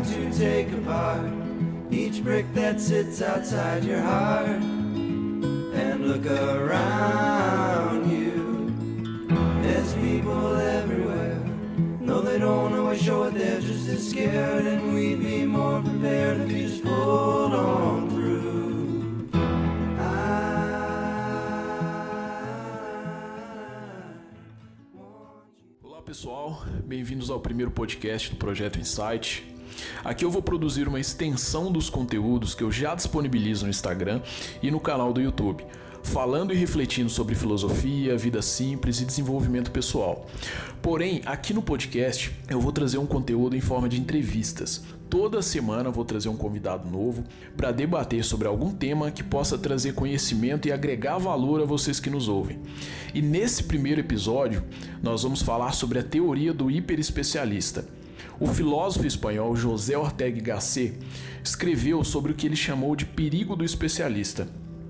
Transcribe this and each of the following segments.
time to take apart each brick that sits outside your heart and look around you. There's people everywhere. No, they don't always show it, they're just as scared, and we'd be more prepared if you just pulled on through. Olá pessoal, bem-vindos ao primeiro podcast do Projeto Insight. Aqui eu vou produzir uma extensão dos conteúdos que eu já disponibilizo no Instagram e no canal do YouTube, falando e refletindo sobre filosofia, vida simples e desenvolvimento pessoal. Porém, aqui no podcast eu vou trazer um conteúdo em forma de entrevistas. Toda semana eu vou trazer um convidado novo para debater sobre algum tema que possa trazer conhecimento e agregar valor a vocês que nos ouvem. E nesse primeiro episódio, nós vamos falar sobre a teoria do hiperespecialista. O filósofo espanhol José Ortega y Gasset escreveu sobre o que ele chamou de perigo do especialista.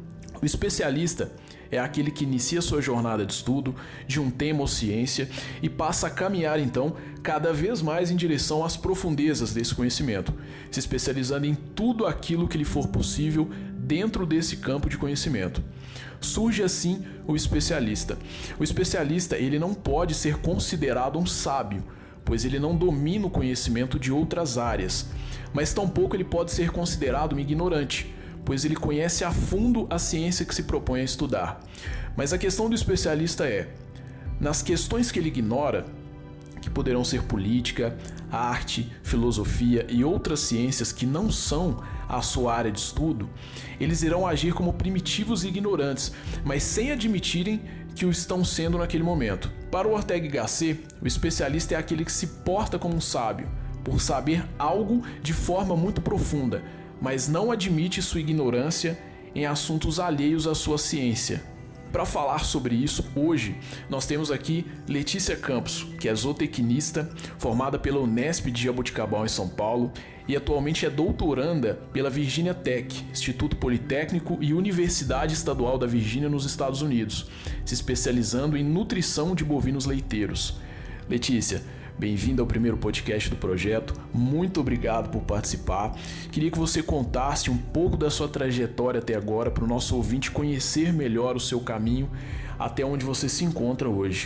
O especialista é aquele que inicia sua jornada de estudo de um tema ou ciência e passa a caminhar então cada vez mais em direção às profundezas desse conhecimento, se especializando em tudo aquilo que lhe for possível dentro desse campo de conhecimento. Surge assim o especialista. O especialista ele não pode ser considerado um sábio, pois ele não domina o conhecimento de outras áreas, mas tampouco ele pode ser considerado um ignorante, pois ele conhece a fundo a ciência que se propõe a estudar. Mas a questão do especialista é, nas questões que ele ignora, que poderão ser política, arte, filosofia e outras ciências que não são a sua área de estudo, eles irão agir como primitivos e ignorantes, mas sem admitirem que o estão sendo naquele momento. Para o Ortega y Gasset, o especialista é aquele que se porta como um sábio, por saber algo de forma muito profunda, mas não admite sua ignorância em assuntos alheios à sua ciência. Para falar sobre isso, hoje nós temos aqui Letícia Campos, que é zootecnista, formada pela Unesp de Jaboticabal em São Paulo e atualmente é doutoranda pela Virginia Tech, Instituto Politécnico e Universidade Estadual da Virgínia nos Estados Unidos, se especializando em nutrição de bovinos leiteiros. Letícia, bem-vinda ao primeiro podcast do projeto, muito obrigado por participar. Queria que você contasse um pouco da sua trajetória até agora para o nosso ouvinte conhecer melhor o seu caminho até onde você se encontra hoje.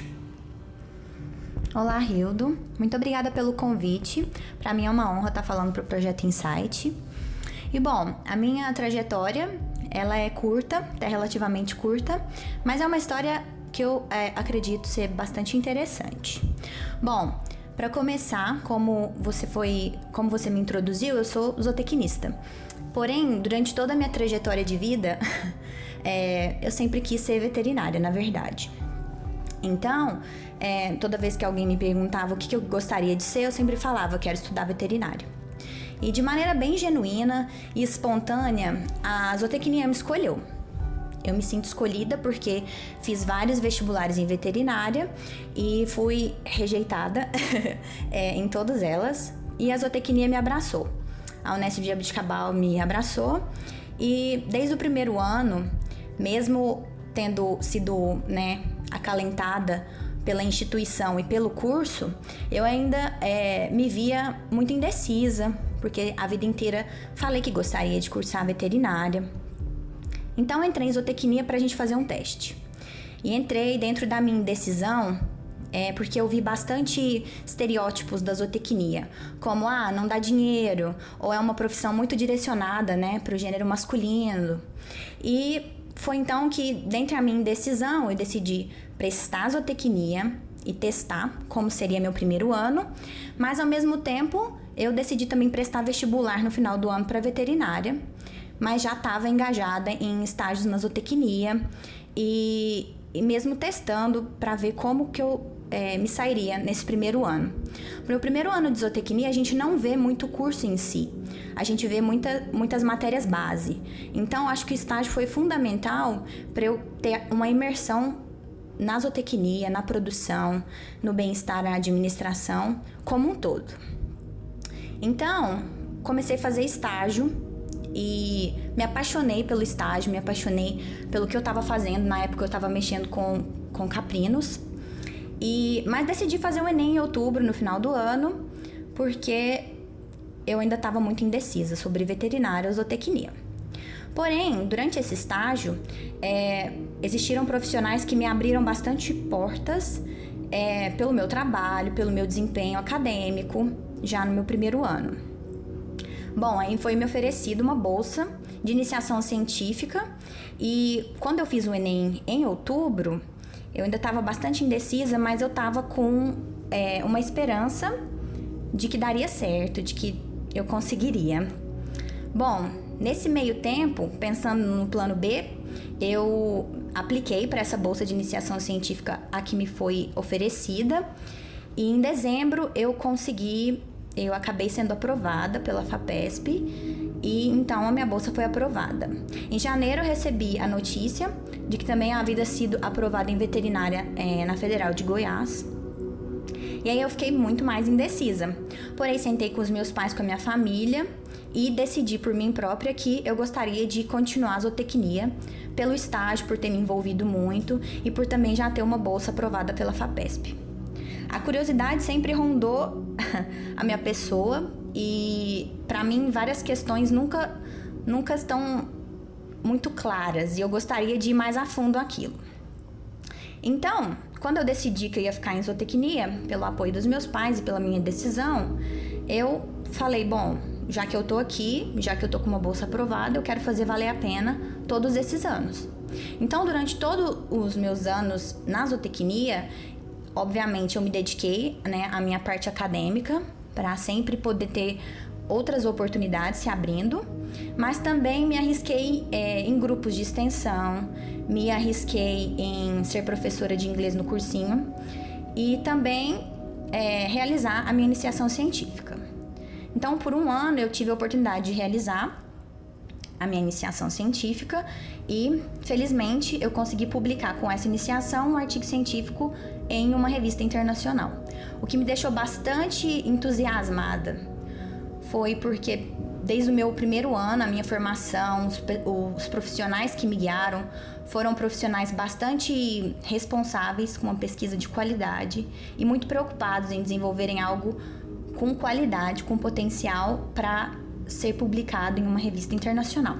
Olá, Hildo. Muito obrigada pelo convite. Para mim é uma honra estar falando para o Projeto Insight. E bom, a minha trajetória, ela é curta, é relativamente curta, mas é uma história que eu acredito ser bastante interessante. Bom, para começar, como você me introduziu, eu sou zootecnista. Porém, durante toda a minha trajetória de vida, eu sempre quis ser veterinária, na verdade. Então, toda vez que alguém me perguntava o que eu gostaria de ser, eu sempre falava, quero estudar veterinário. E de maneira bem genuína e espontânea, a zootecnia me escolheu. Eu me sinto escolhida porque fiz vários vestibulares em veterinária e fui rejeitada em todas elas. E a zootecnia me abraçou. A Unesp de Jaboticabal me abraçou e desde o primeiro ano, mesmo tendo sido acalentada pela instituição e pelo curso, eu ainda me via muito indecisa, porque a vida inteira falei que gostaria de cursar veterinária. Então eu entrei em zootecnia para a gente fazer um teste. E entrei dentro da minha indecisão, porque eu vi bastante estereótipos da zootecnia, como não dá dinheiro, ou é uma profissão muito direcionada para o gênero masculino. E foi então que, dentre a minha indecisão, eu decidi prestar zootecnia e testar como seria meu primeiro ano, mas ao mesmo tempo eu decidi também prestar vestibular no final do ano para veterinária, mas já estava engajada em estágios na zootecnia e mesmo testando para ver como que eu me sairia nesse primeiro ano. No primeiro ano de zootecnia, a gente não vê muito curso em si, a gente vê muitas matérias base. Então, acho que o estágio foi fundamental para eu ter uma imersão na zootecnia, na produção, no bem-estar, na administração, como um todo. Então, comecei a fazer estágio e me apaixonei pelo estágio, me apaixonei pelo que eu estava fazendo. Na época eu estava mexendo com caprinos, mas decidi fazer o Enem em outubro, no final do ano, porque eu ainda estava muito indecisa sobre veterinária ou zootecnia. Porém, durante esse estágio, existiram profissionais que me abriram bastante portas pelo meu trabalho, pelo meu desempenho acadêmico, já no meu primeiro ano. Bom, aí foi me oferecido uma bolsa de iniciação científica e quando eu fiz o Enem em outubro, eu ainda estava bastante indecisa, mas eu estava com uma esperança de que daria certo, de que eu conseguiria. Bom, nesse meio tempo, pensando no plano B, eu apliquei para essa bolsa de iniciação científica a que me foi oferecida e em dezembro eu acabei sendo aprovada pela FAPESP e então a minha bolsa foi aprovada. Em janeiro eu recebi a notícia de que também havia sido aprovada em veterinária na Federal de Goiás. E aí eu fiquei muito mais indecisa. Porém, sentei com os meus pais, com a minha família e decidi por mim própria que eu gostaria de continuar a zootecnia pelo estágio, por ter me envolvido muito e por também já ter uma bolsa aprovada pela FAPESP. A curiosidade sempre rondou a minha pessoa e, para mim, várias questões nunca estão muito claras e eu gostaria de ir mais a fundo aquilo. Então, quando eu decidi que eu ia ficar em zootecnia, pelo apoio dos meus pais e pela minha decisão, eu falei, bom, já que eu tô aqui, já que eu tô com uma bolsa aprovada, eu quero fazer valer a pena todos esses anos. Então, durante todos os meus anos na zootecnia, obviamente eu me dediquei, à minha parte acadêmica, para sempre poder ter outras oportunidades se abrindo, mas também me arrisquei em grupos de extensão, me arrisquei em ser professora de inglês no cursinho e também realizar a minha iniciação científica. Então, por um ano eu tive a oportunidade de realizar a minha iniciação científica e, felizmente, eu consegui publicar com essa iniciação um artigo científico em uma revista internacional. O que me deixou bastante entusiasmada foi porque, desde o meu primeiro ano, a minha formação, os profissionais que me guiaram foram profissionais bastante responsáveis, com uma pesquisa de qualidade e muito preocupados em desenvolverem algo com qualidade, com potencial para ser publicado em uma revista internacional.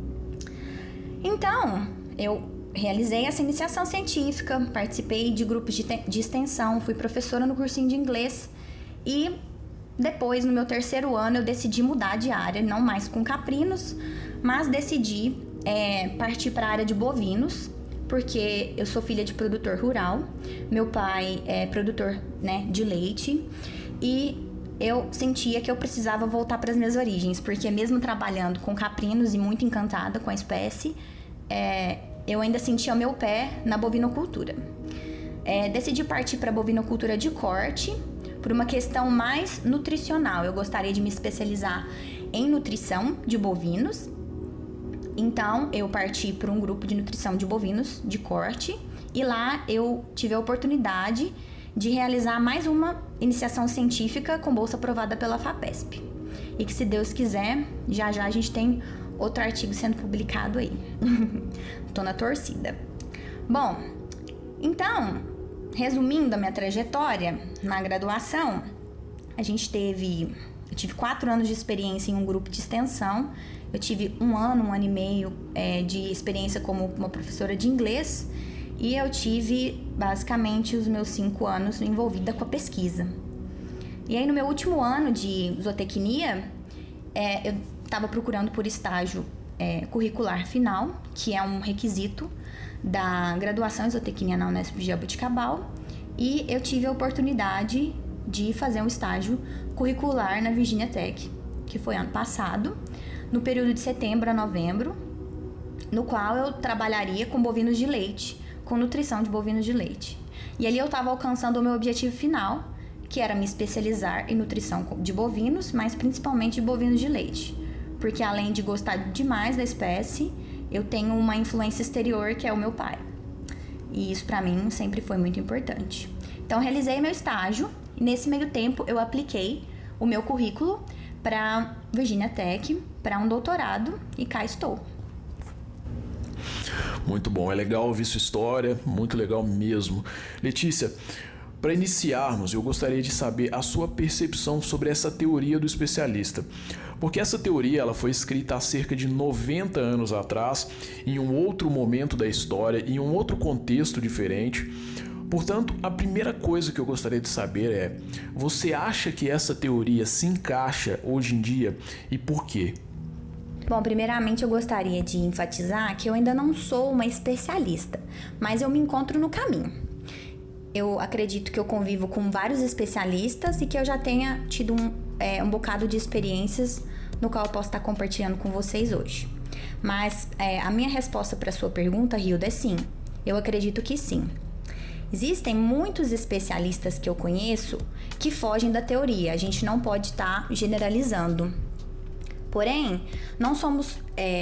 Então, eu realizei essa iniciação científica, participei de grupos de extensão, fui professora no cursinho de inglês e depois, no meu terceiro ano, eu decidi mudar de área, não mais com caprinos, mas decidi partir para a área de bovinos, porque eu sou filha de produtor rural, meu pai é produtor, de leite e eu sentia que eu precisava voltar para as minhas origens, porque mesmo trabalhando com caprinos e muito encantada com a espécie, eu ainda sentia o meu pé na bovinocultura. Decidi partir para a bovinocultura de corte por uma questão mais nutricional. Eu gostaria de me especializar em nutrição de bovinos. Então, eu parti para um grupo de nutrição de bovinos de corte e lá eu tive a oportunidade de realizar mais uma iniciação científica com bolsa aprovada pela FAPESP. E que, se Deus quiser, já a gente tem outro artigo sendo publicado aí. Tô na torcida. Bom, então, resumindo a minha trajetória na graduação, eu tive 4 anos de experiência em um grupo de extensão, eu tive um ano e meio de experiência como uma professora de inglês e eu tive basicamente os meus 5 anos envolvida com a pesquisa. E aí no meu último ano de zootecnia, eu estava procurando por estágio curricular final, que é um requisito da graduação em zootecnia na Unesp de Jaboticabal, e eu tive a oportunidade de fazer um estágio curricular na Virginia Tech, que foi ano passado, no período de setembro a novembro, no qual eu trabalharia com bovinos de leite, com nutrição de bovinos de leite. E ali eu estava alcançando o meu objetivo final, que era me especializar em nutrição de bovinos, mas principalmente de bovinos de leite, porque além de gostar demais da espécie, eu tenho uma influência exterior que é o meu pai. E isso para mim sempre foi muito importante. Então eu realizei meu estágio e nesse meio tempo eu apliquei o meu currículo para Virginia Tech, para um doutorado e cá estou. Muito bom, é legal ouvir sua história, muito legal mesmo. Letícia, Para iniciarmos, eu gostaria de saber a sua percepção sobre essa teoria do especialista. Porque essa teoria ela foi escrita há cerca de 90 anos atrás, em um outro momento da história, em um outro contexto diferente. Portanto, a primeira coisa que eu gostaria de saber é: você acha que essa teoria se encaixa hoje em dia e por quê? Bom, primeiramente eu gostaria de enfatizar que eu ainda não sou uma especialista, mas eu me encontro no caminho. Eu acredito que eu convivo com vários especialistas e que eu já tenha tido um bocado de experiências no qual eu posso estar compartilhando com vocês hoje. Mas a minha resposta para a sua pergunta, Hilda, é sim. Eu acredito que sim. Existem muitos especialistas que eu conheço que fogem da teoria. A gente não pode estar generalizando. Porém, não somos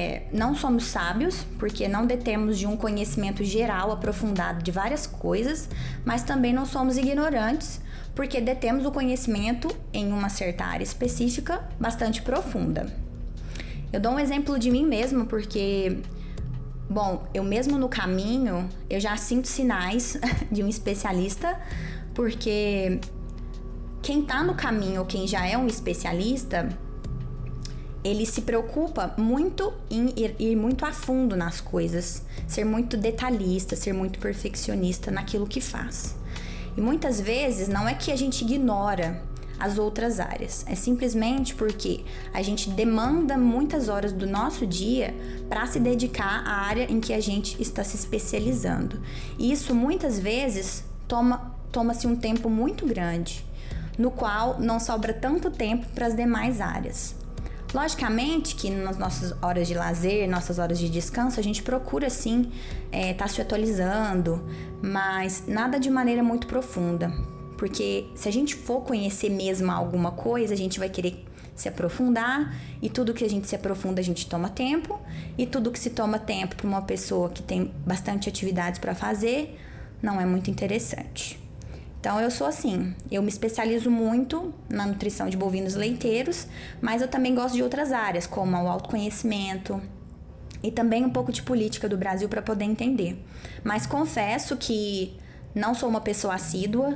sábios, porque não detemos de um conhecimento geral aprofundado de várias coisas, mas também não somos ignorantes, porque detemos o conhecimento em uma certa área específica bastante profunda. Eu dou um exemplo de mim mesma, porque, bom, eu mesmo no caminho, eu já sinto sinais de um especialista, porque quem tá no caminho ou quem já é um especialista, ele se preocupa muito em ir muito a fundo nas coisas, ser muito detalhista, ser muito perfeccionista naquilo que faz. E muitas vezes não é que a gente ignora as outras áreas, é simplesmente porque a gente demanda muitas horas do nosso dia para se dedicar à área em que a gente está se especializando. E isso muitas vezes toma-se um tempo muito grande, no qual não sobra tanto tempo para as demais áreas. Logicamente que nas nossas horas de lazer, nossas horas de descanso, a gente procura sim estar se atualizando, mas nada de maneira muito profunda, porque se a gente for conhecer mesmo alguma coisa, a gente vai querer se aprofundar, e tudo que a gente se aprofunda a gente toma tempo, e tudo que se toma tempo para uma pessoa que tem bastante atividades para fazer não é muito interessante. Então eu sou assim, eu me especializo muito na nutrição de bovinos leiteiros, mas eu também gosto de outras áreas, como o autoconhecimento e também um pouco de política do Brasil para poder entender. Mas confesso que não sou uma pessoa assídua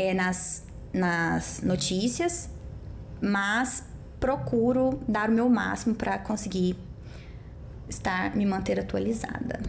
nas notícias, mas procuro dar o meu máximo para conseguir me manter atualizada.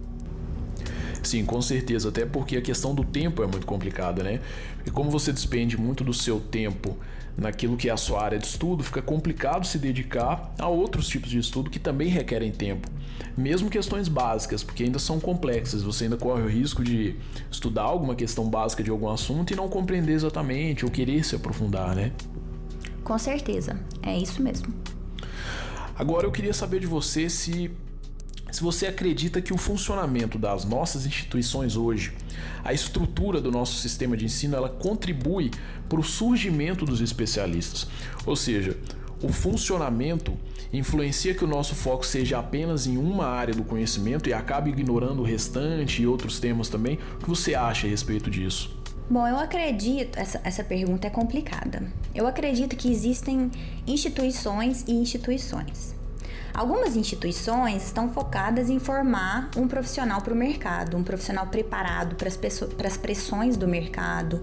Sim, com certeza, até porque a questão do tempo é muito complicada, né? E como você despende muito do seu tempo naquilo que é a sua área de estudo, fica complicado se dedicar a outros tipos de estudo que também requerem tempo. Mesmo questões básicas, porque ainda são complexas, você ainda corre o risco de estudar alguma questão básica de algum assunto e não compreender exatamente ou querer se aprofundar, né? Com certeza, é isso mesmo. Agora eu queria saber de você se você acredita que o funcionamento das nossas instituições hoje, a estrutura do nosso sistema de ensino, ela contribui para o surgimento dos especialistas. Ou seja, o funcionamento influencia que o nosso foco seja apenas em uma área do conhecimento e acabe ignorando o restante e outros temas também. O que você acha a respeito disso? Bom, eu acredito, essa pergunta é complicada. Eu acredito que existem instituições e instituições. Algumas instituições estão focadas em formar um profissional para o mercado, um profissional preparado para as pressões do mercado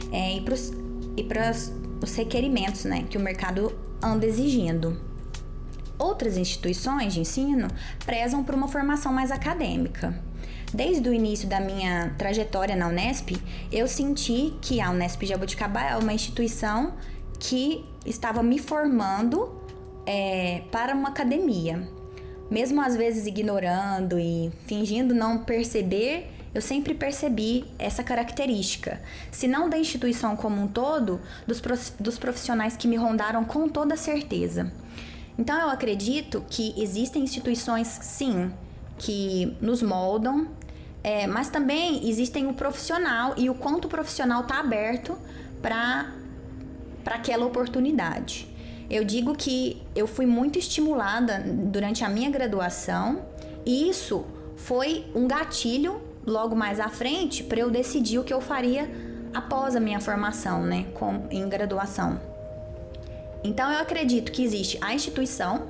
e para os requerimentos, né, que o mercado anda exigindo. Outras instituições de ensino prezam por uma formação mais acadêmica. Desde o início da minha trajetória na Unesp, eu senti que a Unesp Jaboticabá é uma instituição que estava me formando para uma academia. Mesmo às vezes ignorando e fingindo não perceber, eu sempre percebi essa característica. Se não da instituição como um todo, dos profissionais que me rondaram com toda certeza. Então eu acredito que existem instituições, sim, que nos moldam, mas também existem o profissional e o quanto o profissional está aberto para aquela oportunidade. Eu digo que eu fui muito estimulada durante a minha graduação e isso foi um gatilho logo mais à frente para eu decidir o que eu faria após a minha formação, né, em graduação. Então eu acredito que existe a instituição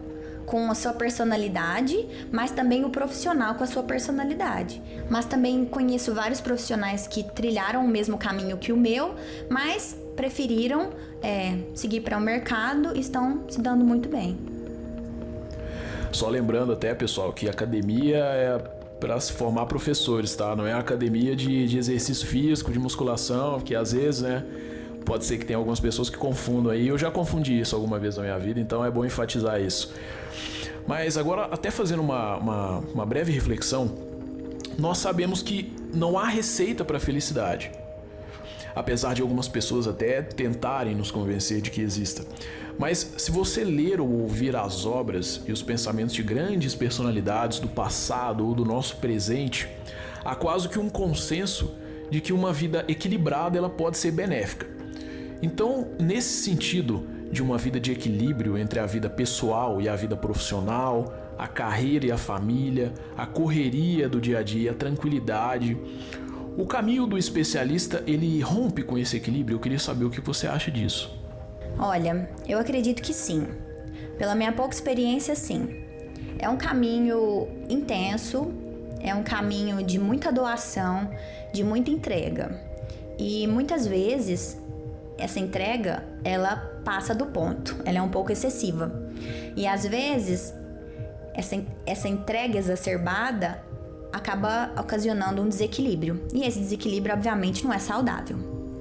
com a sua personalidade, mas também o profissional com a sua personalidade. Mas também conheço vários profissionais que trilharam o mesmo caminho que o meu, mas preferiram seguir para o mercado e estão se dando muito bem. Só lembrando até, pessoal, que academia é para se formar professores, tá? Não é academia de exercício físico, de musculação, que às vezes, né, pode ser que tenha algumas pessoas que confundam aí. Eu já confundi isso alguma vez na minha vida, então é bom enfatizar isso. Mas agora, até fazendo uma breve reflexão, nós sabemos que não há receita para a felicidade. Apesar de algumas pessoas até tentarem nos convencer de que exista. Mas se você ler ou ouvir as obras e os pensamentos de grandes personalidades do passado ou do nosso presente, há quase que um consenso de que uma vida equilibrada ela pode ser benéfica. Então, nesse sentido de uma vida de equilíbrio entre a vida pessoal e a vida profissional, a carreira e a família, a correria do dia a dia, a tranquilidade, o caminho do especialista, ele rompe com esse equilíbrio. Eu queria saber o que você acha disso. Olha, eu acredito que sim. Pela minha pouca experiência, sim. É um caminho intenso, é um caminho de muita doação, de muita entrega. E muitas vezes, essa entrega, ela passa do ponto, ela é um pouco excessiva. E às vezes, essa entrega exacerbada acaba ocasionando um desequilíbrio. E esse desequilíbrio, obviamente, não é saudável.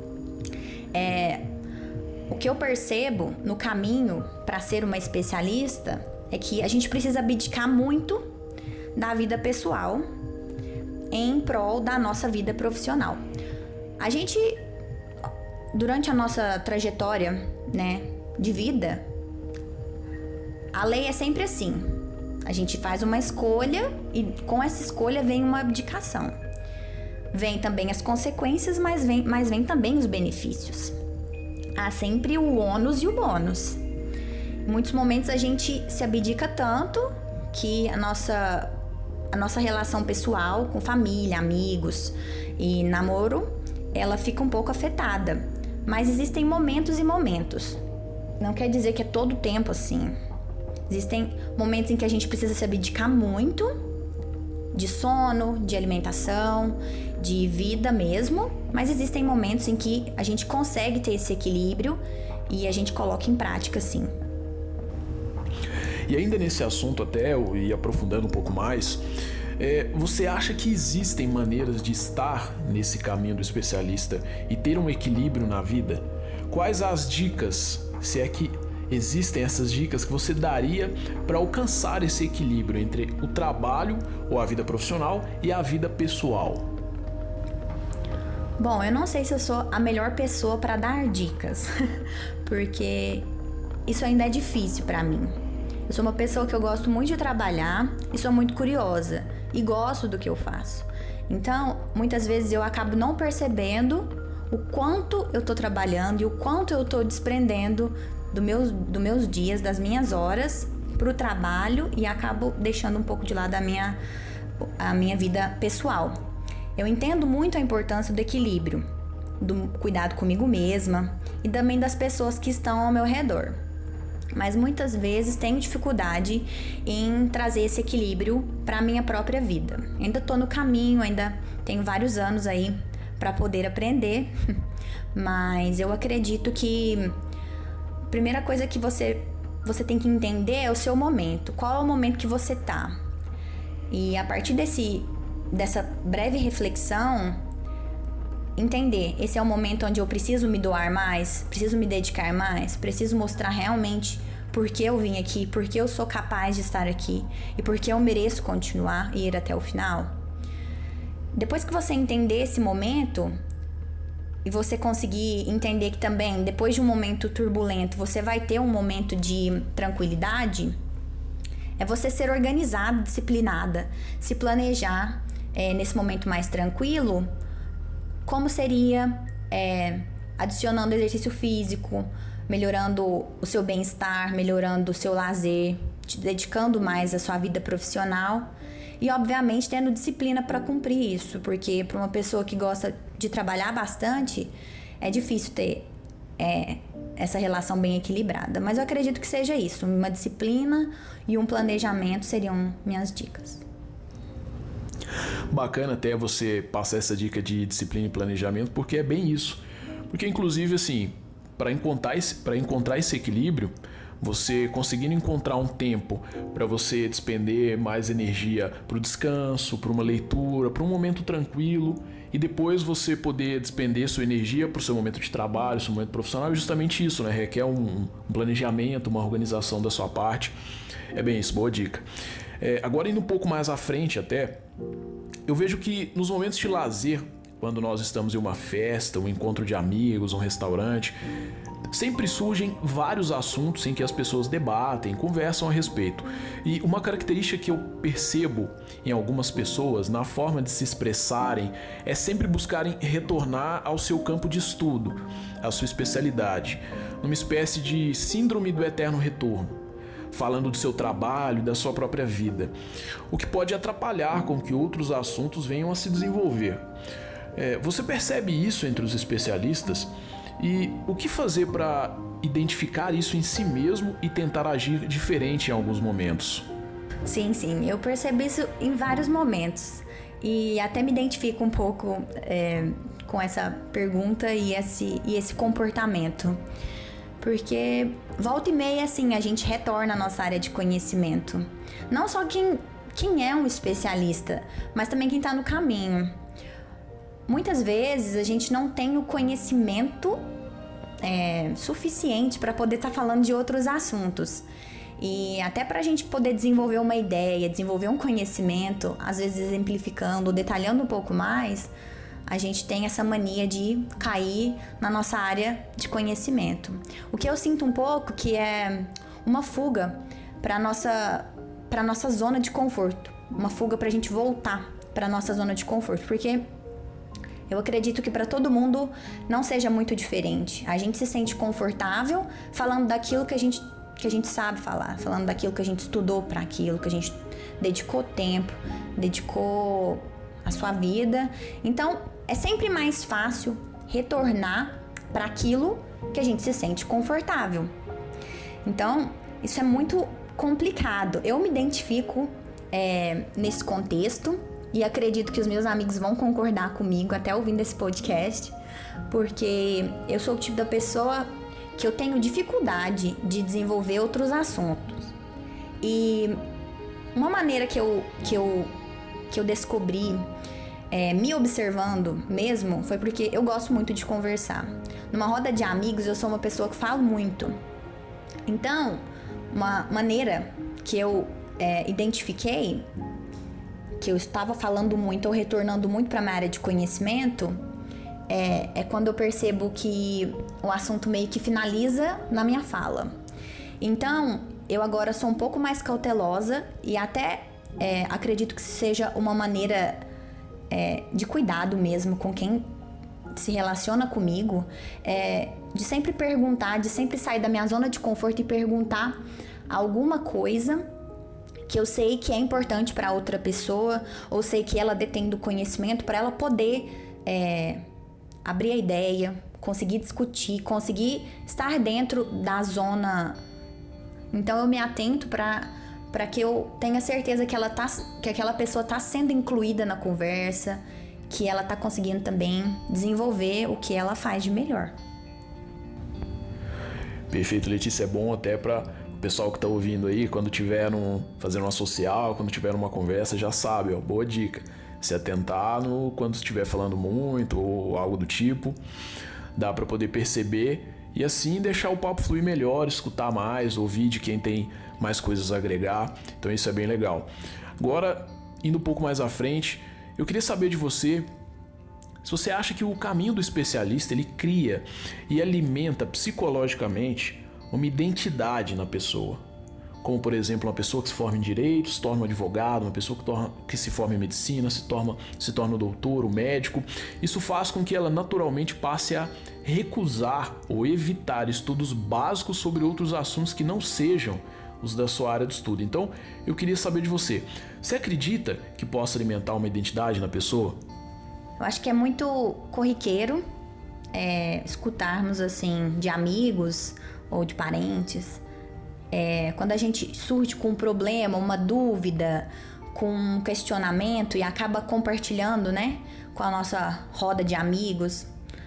O que eu percebo no caminho para ser uma especialista é que a gente precisa abdicar muito da vida pessoal em prol da nossa vida profissional. A gente, durante a nossa trajetória, né, de vida, a lei é sempre assim. A gente faz uma escolha e com essa escolha vem uma abdicação. Vem também as consequências, mas vem também os benefícios. Há sempre o ônus e o bônus. Em muitos momentos a gente se abdica tanto que a nossa relação pessoal com família, amigos e namoro, ela fica um pouco afetada. Mas existem momentos e momentos. Não quer dizer que é todo o tempo assim. Existem momentos em que a gente precisa se abdicar muito de sono, de alimentação, de vida mesmo, mas existem momentos em que a gente consegue ter esse equilíbrio e a gente coloca em prática, sim. E ainda nesse assunto até, e aprofundando um pouco mais, você acha que existem maneiras de estar nesse caminho do especialista e ter um equilíbrio na vida? Quais as dicas, se é que existem essas dicas que você daria para alcançar esse equilíbrio entre o trabalho ou a vida profissional e a vida pessoal? Bom, eu não sei se eu sou a melhor pessoa para dar dicas, porque isso ainda é difícil para mim. Eu sou uma pessoa que eu gosto muito de trabalhar e sou muito curiosa e gosto do que eu faço. Então, muitas vezes eu acabo não percebendo o quanto eu tô trabalhando e o quanto eu tô desprendendo dos meus dias, das minhas horas pro trabalho e acabo deixando um pouco de lado a minha vida pessoal. Eu entendo muito a importância do equilíbrio, do cuidado comigo mesma e também das pessoas que estão ao meu redor. Mas muitas vezes tenho dificuldade em trazer esse equilíbrio para a minha própria vida. Ainda estou no caminho, ainda tenho vários anos aí para poder aprender, mas eu acredito que a primeira coisa que você tem que entender é o seu momento. Qual é o momento que você tá? E a partir dessa breve reflexão, entender, esse é o momento onde eu preciso me doar mais, preciso me dedicar mais, preciso mostrar realmente por que eu vim aqui, por que eu sou capaz de estar aqui e por que eu mereço continuar e ir até o final. Depois que você entender esse momento e você conseguir entender que também depois de um momento turbulento você vai ter um momento de tranquilidade, é você ser organizada, disciplinada, se planejar nesse momento mais tranquilo. Como seria adicionando exercício físico, melhorando o seu bem-estar, melhorando o seu lazer, te dedicando mais à sua vida profissional e, obviamente, tendo disciplina para cumprir isso, porque para uma pessoa que gosta de trabalhar bastante, é difícil ter essa relação bem equilibrada. Mas eu acredito que seja isso, uma disciplina e um planejamento seriam minhas dicas. Bacana até você passar essa dica de disciplina e planejamento, porque é bem isso. Porque inclusive assim, para encontrar esse equilíbrio, você conseguindo encontrar um tempo para você despender mais energia para o descanso, para uma leitura, para um momento tranquilo, e depois você poder despender sua energia para o seu momento de trabalho, seu momento profissional, é justamente isso, né? Requer um planejamento, uma organização da sua parte. É bem isso, boa dica. Agora indo um pouco mais à frente até, eu vejo que nos momentos de lazer, quando nós estamos em uma festa, um encontro de amigos, um restaurante, sempre surgem vários assuntos em que as pessoas debatem, conversam a respeito. E uma característica que eu percebo em algumas pessoas na forma de se expressarem é sempre buscarem retornar ao seu campo de estudo, à sua especialidade, numa espécie de síndrome do eterno retorno, falando do seu trabalho e da sua própria vida, o que pode atrapalhar com que outros assuntos venham a se desenvolver. Você percebe isso entre os especialistas? E o que fazer para identificar isso em si mesmo e tentar agir diferente em alguns momentos? Sim, eu percebo isso em vários momentos e até me identifico um pouco com essa pergunta e esse comportamento. Porque volta e meia, assim, a gente retorna à nossa área de conhecimento. Não só quem é um especialista, mas também quem está no caminho. Muitas vezes a gente não tem o conhecimento suficiente para poder estar falando de outros assuntos. E até para a gente poder desenvolver uma ideia, desenvolver um conhecimento, às vezes exemplificando, detalhando um pouco mais, a gente tem essa mania de cair na nossa área de conhecimento. O que eu sinto um pouco que é uma fuga para nossa zona de conforto. Uma fuga para a gente voltar para nossa zona de conforto. Porque eu acredito que para todo mundo não seja muito diferente. A gente se sente confortável falando daquilo que a gente sabe falar, falando daquilo que a gente estudou para aquilo, que a gente dedicou tempo, dedicou a sua vida. Então, é sempre mais fácil retornar para aquilo que a gente se sente confortável. Então, isso é muito complicado. Eu me identifico nesse contexto e acredito que os meus amigos vão concordar comigo até ouvindo esse podcast, porque eu sou o tipo da pessoa que eu tenho dificuldade de desenvolver outros assuntos. E uma maneira que eu descobri me observando mesmo foi porque eu gosto muito de conversar. Numa roda de amigos eu sou uma pessoa que falo muito. Então, uma maneira que eu identifiquei que eu estava falando muito ou retornando muito para a minha área de conhecimento é quando eu percebo que o assunto meio que finaliza na minha fala. Então, eu agora sou um pouco mais cautelosa e até acredito que seja uma maneira de cuidado mesmo com quem se relaciona comigo, de sempre perguntar, de sempre sair da minha zona de conforto e perguntar alguma coisa que eu sei que é importante para outra pessoa, ou sei que ela detém do conhecimento, para ela poder abrir a ideia, conseguir discutir, conseguir estar dentro da zona. Então eu me atento para que eu tenha certeza que aquela pessoa está sendo incluída na conversa, que ela está conseguindo também desenvolver o que ela faz de melhor. Perfeito, Letícia. É bom até para pessoal que tá ouvindo aí, quando tiver fazendo uma social, quando tiver uma conversa, já sabe, boa dica. Se atentar quando estiver falando muito ou algo do tipo, dá para poder perceber e assim deixar o papo fluir melhor, escutar mais, ouvir de quem tem mais coisas a agregar. Então isso é bem legal. Agora, indo um pouco mais à frente, eu queria saber de você se você acha que o caminho do especialista ele cria e alimenta psicologicamente uma identidade na pessoa, como por exemplo uma pessoa que se forma em direito, se torna um advogado, uma pessoa que se forma em medicina, se torna um doutor, um médico. Isso faz com que ela naturalmente passe a recusar ou evitar estudos básicos sobre outros assuntos que não sejam os da sua área de estudo. Então, eu queria saber de você, você acredita que possa alimentar uma identidade na pessoa? Eu acho que é muito corriqueiro escutarmos assim de amigos ou de parentes, quando a gente surge com um problema, uma dúvida, com um questionamento e acaba compartilhando, né, com a nossa roda de amigos,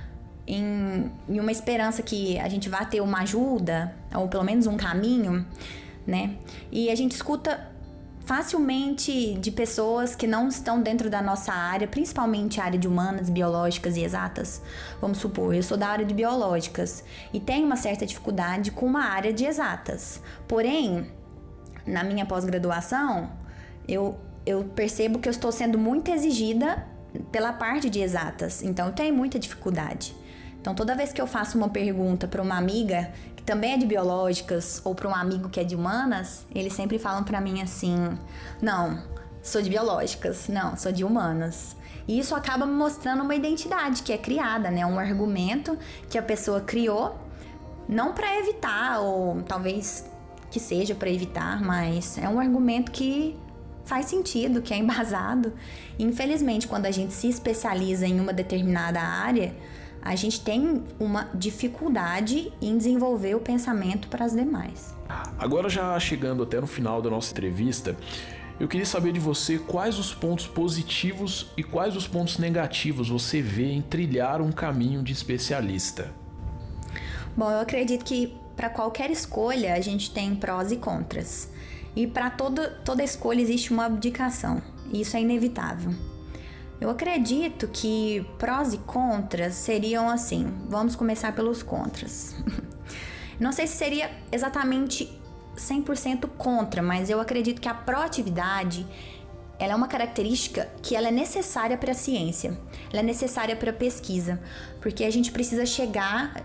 em uma esperança que a gente vá ter uma ajuda ou pelo menos um caminho, né? E a gente escuta facilmente de pessoas que não estão dentro da nossa área, principalmente a área de humanas, biológicas e exatas. Vamos supor, eu sou da área de biológicas e tenho uma certa dificuldade com uma área de exatas. Porém, na minha pós-graduação, eu percebo que eu estou sendo muito exigida pela parte de exatas, então eu tenho muita dificuldade. Então, toda vez que eu faço uma pergunta para uma amiga que também é de biológicas ou para um amigo que é de humanas, eles sempre falam para mim assim: não, sou de biológicas, não, sou de humanas. E isso acaba me mostrando uma identidade que é criada, né? Um argumento que a pessoa criou, não para evitar, ou talvez que seja para evitar, mas é um argumento que faz sentido, que é embasado. E, infelizmente, quando a gente se especializa em uma determinada área, a gente tem uma dificuldade em desenvolver o pensamento para as demais. Agora, já chegando até no final da nossa entrevista, eu queria saber de você quais os pontos positivos e quais os pontos negativos você vê em trilhar um caminho de especialista. Bom, eu acredito que para qualquer escolha a gente tem prós e contras. E para toda escolha existe uma abdicação. E isso é inevitável. Eu acredito que prós e contras seriam assim. Vamos começar pelos contras. Não sei se seria exatamente 100% contra, mas eu acredito que a proatividade, ela é uma característica que ela é necessária para a ciência. Ela é necessária para a pesquisa, porque a gente precisa chegar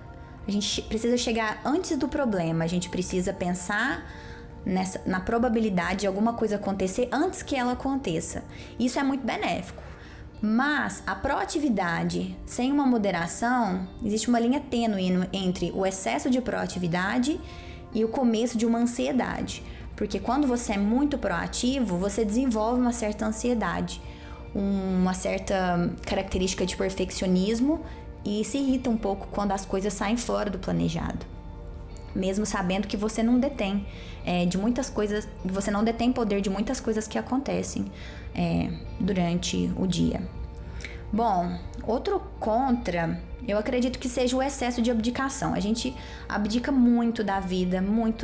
antes do problema. A gente precisa pensar na probabilidade de alguma coisa acontecer antes que ela aconteça. Isso é muito benéfico. Mas a proatividade sem uma moderação, existe uma linha tênue entre o excesso de proatividade e o começo de uma ansiedade. Porque quando você é muito proativo, você desenvolve uma certa ansiedade, uma certa característica de perfeccionismo e se irrita um pouco quando as coisas saem fora do planejado. Mesmo sabendo que você não detém de muitas coisas, você não detém poder de muitas coisas que acontecem durante o dia. Bom, outro contra, eu acredito que seja o excesso de abdicação. A gente abdica muito da vida,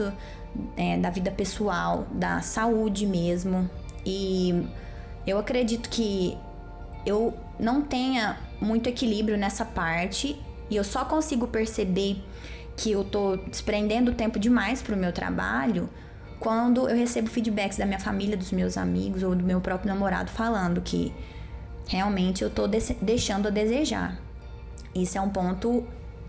da vida pessoal, da saúde mesmo. E eu acredito que eu não tenha muito equilíbrio nessa parte e eu só consigo perceber que eu tô desprendendo tempo demais pro meu trabalho quando eu recebo feedbacks da minha família, dos meus amigos ou do meu próprio namorado falando que realmente eu tô deixando a desejar. Isso é um ponto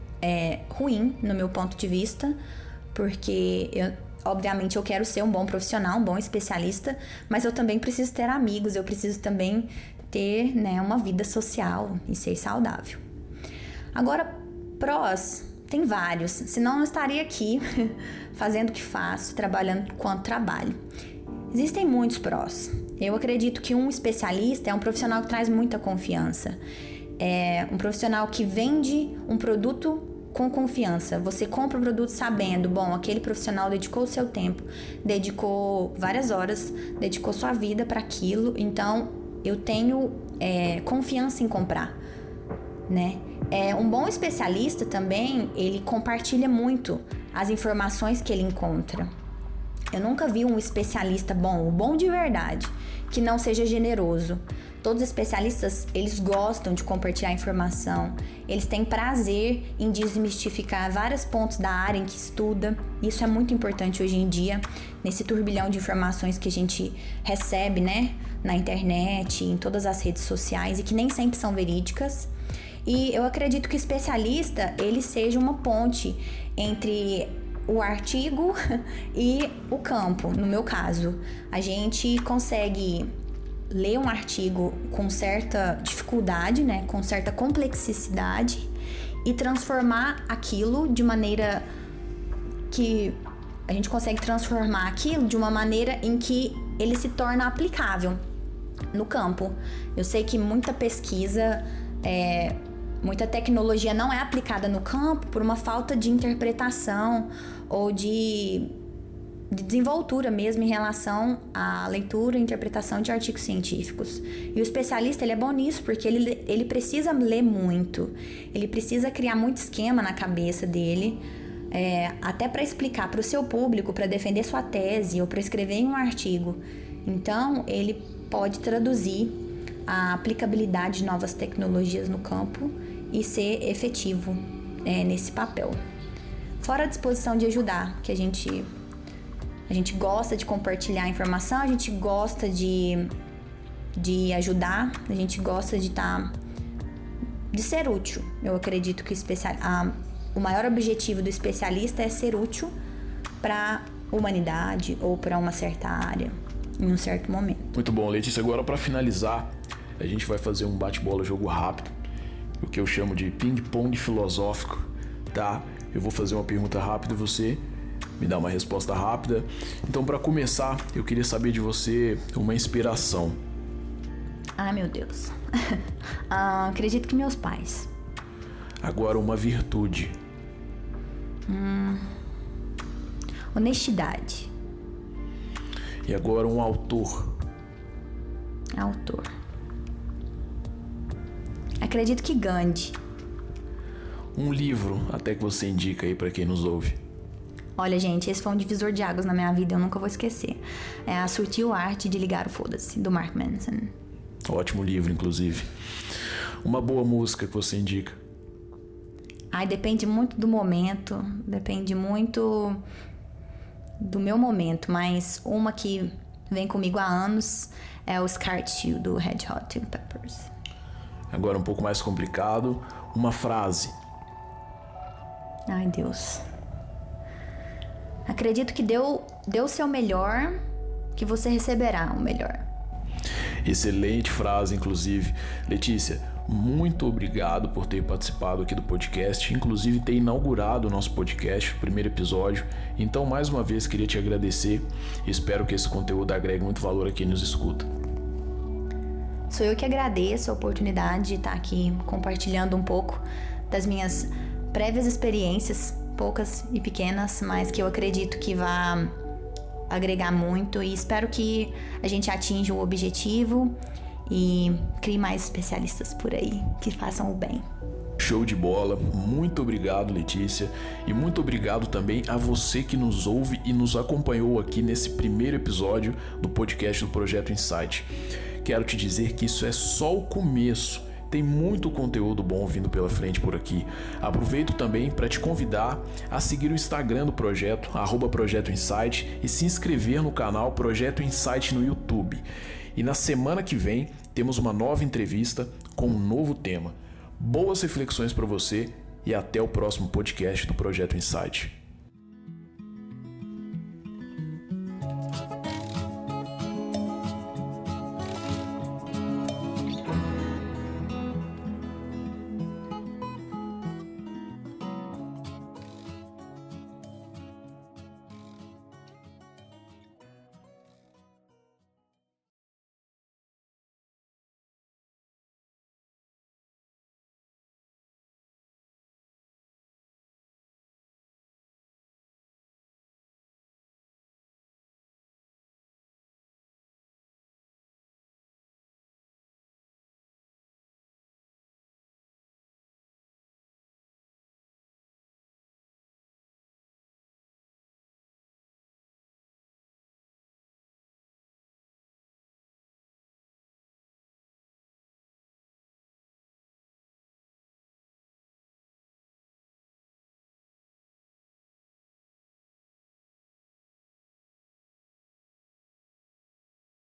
ruim no meu ponto de vista, porque obviamente eu quero ser um bom profissional, um bom especialista, mas eu também preciso ter amigos, eu preciso também ter, né, uma vida social e ser saudável. Agora, prós, tem vários, senão eu não estaria aqui fazendo o que faço, trabalhando quanto trabalho. Existem muitos prós. Eu acredito que um especialista é um profissional que traz muita confiança. É um profissional que vende um produto com confiança. Você compra o produto sabendo, bom, aquele profissional dedicou o seu tempo, dedicou várias horas, dedicou sua vida para aquilo, então eu tenho confiança em comprar, né? Um bom especialista também, ele compartilha muito as informações que ele encontra. Eu nunca vi um especialista bom de verdade, que não seja generoso. Todos os especialistas, eles gostam de compartilhar informação, eles têm prazer em desmistificar vários pontos da área em que estuda. Isso é muito importante hoje em dia, nesse turbilhão de informações que a gente recebe, né, na internet, em todas as redes sociais e que nem sempre são verídicas. E eu acredito que o especialista, ele seja uma ponte entre o artigo e o campo. No meu caso, a gente consegue ler um artigo com certa dificuldade, né, com certa complexidade e transformar aquilo de maneira que a gente consegue transformar aquilo de uma maneira em que ele se torna aplicável no campo. Eu sei que muita pesquisa muita tecnologia não é aplicada no campo por uma falta de interpretação ou de desenvoltura mesmo em relação à leitura e interpretação de artigos científicos. E o especialista, ele é bom nisso, porque ele precisa ler muito, ele precisa criar muito esquema na cabeça dele, até para explicar para o seu público, para defender sua tese ou para escrever em um artigo. Então, ele pode traduzir a aplicabilidade de novas tecnologias no campo e ser efetivo nesse papel. Fora a disposição de ajudar, que a gente gosta de compartilhar informação, a gente gosta de ajudar, a gente gosta de ser útil. Eu acredito que o maior objetivo do especialista é ser útil para a humanidade ou para uma certa área, em um certo momento. Muito bom, Letícia. Agora, para finalizar, a gente vai fazer um bate-bola, jogo rápido, o que eu chamo de ping-pong filosófico, tá? Eu vou fazer uma pergunta rápida e você me dá uma resposta rápida. Então, para começar, eu queria saber de você uma inspiração. Ai, meu Deus. Acredito que meus pais. Agora, uma virtude. Honestidade. E agora, um autor. Acredito que Gandhi. Um livro, até que você indica aí para quem nos ouve. Olha, gente, esse foi um divisor de águas na minha vida, eu nunca vou esquecer. É A Sutil Arte de Ligar o Foda-se, do Mark Manson. Ótimo livro, inclusive. Uma boa música que você indica. Depende muito do momento, depende muito do meu momento, mas uma que vem comigo há anos é o Scar Tissue, do Red Hot Chili Peppers. Agora um pouco mais complicado, uma frase. Ai, Deus. Acredito que deu o seu melhor, que você receberá o melhor. Excelente frase, inclusive. Letícia, muito obrigado por ter participado aqui do podcast, inclusive ter inaugurado o nosso podcast, o primeiro episódio. Então, mais uma vez, queria te agradecer e espero que esse conteúdo agregue muito valor a quem nos escuta. Sou eu que agradeço a oportunidade de estar aqui compartilhando um pouco das minhas prévias experiências, poucas e pequenas, mas que eu acredito que vai agregar muito, e espero que a gente atinja o objetivo e crie mais especialistas por aí que façam o bem. Show de bola, muito obrigado, Letícia, e muito obrigado também a você que nos ouve e nos acompanhou aqui nesse primeiro episódio do podcast do Projeto Insight. Quero te dizer que isso é só o começo. Tem muito conteúdo bom vindo pela frente por aqui. Aproveito também para te convidar a seguir o Instagram do projeto, @Projeto Insight, e se inscrever no canal Projeto Insight no YouTube. E na semana que vem temos uma nova entrevista com um novo tema. Boas reflexões para você e até o próximo podcast do Projeto Insight.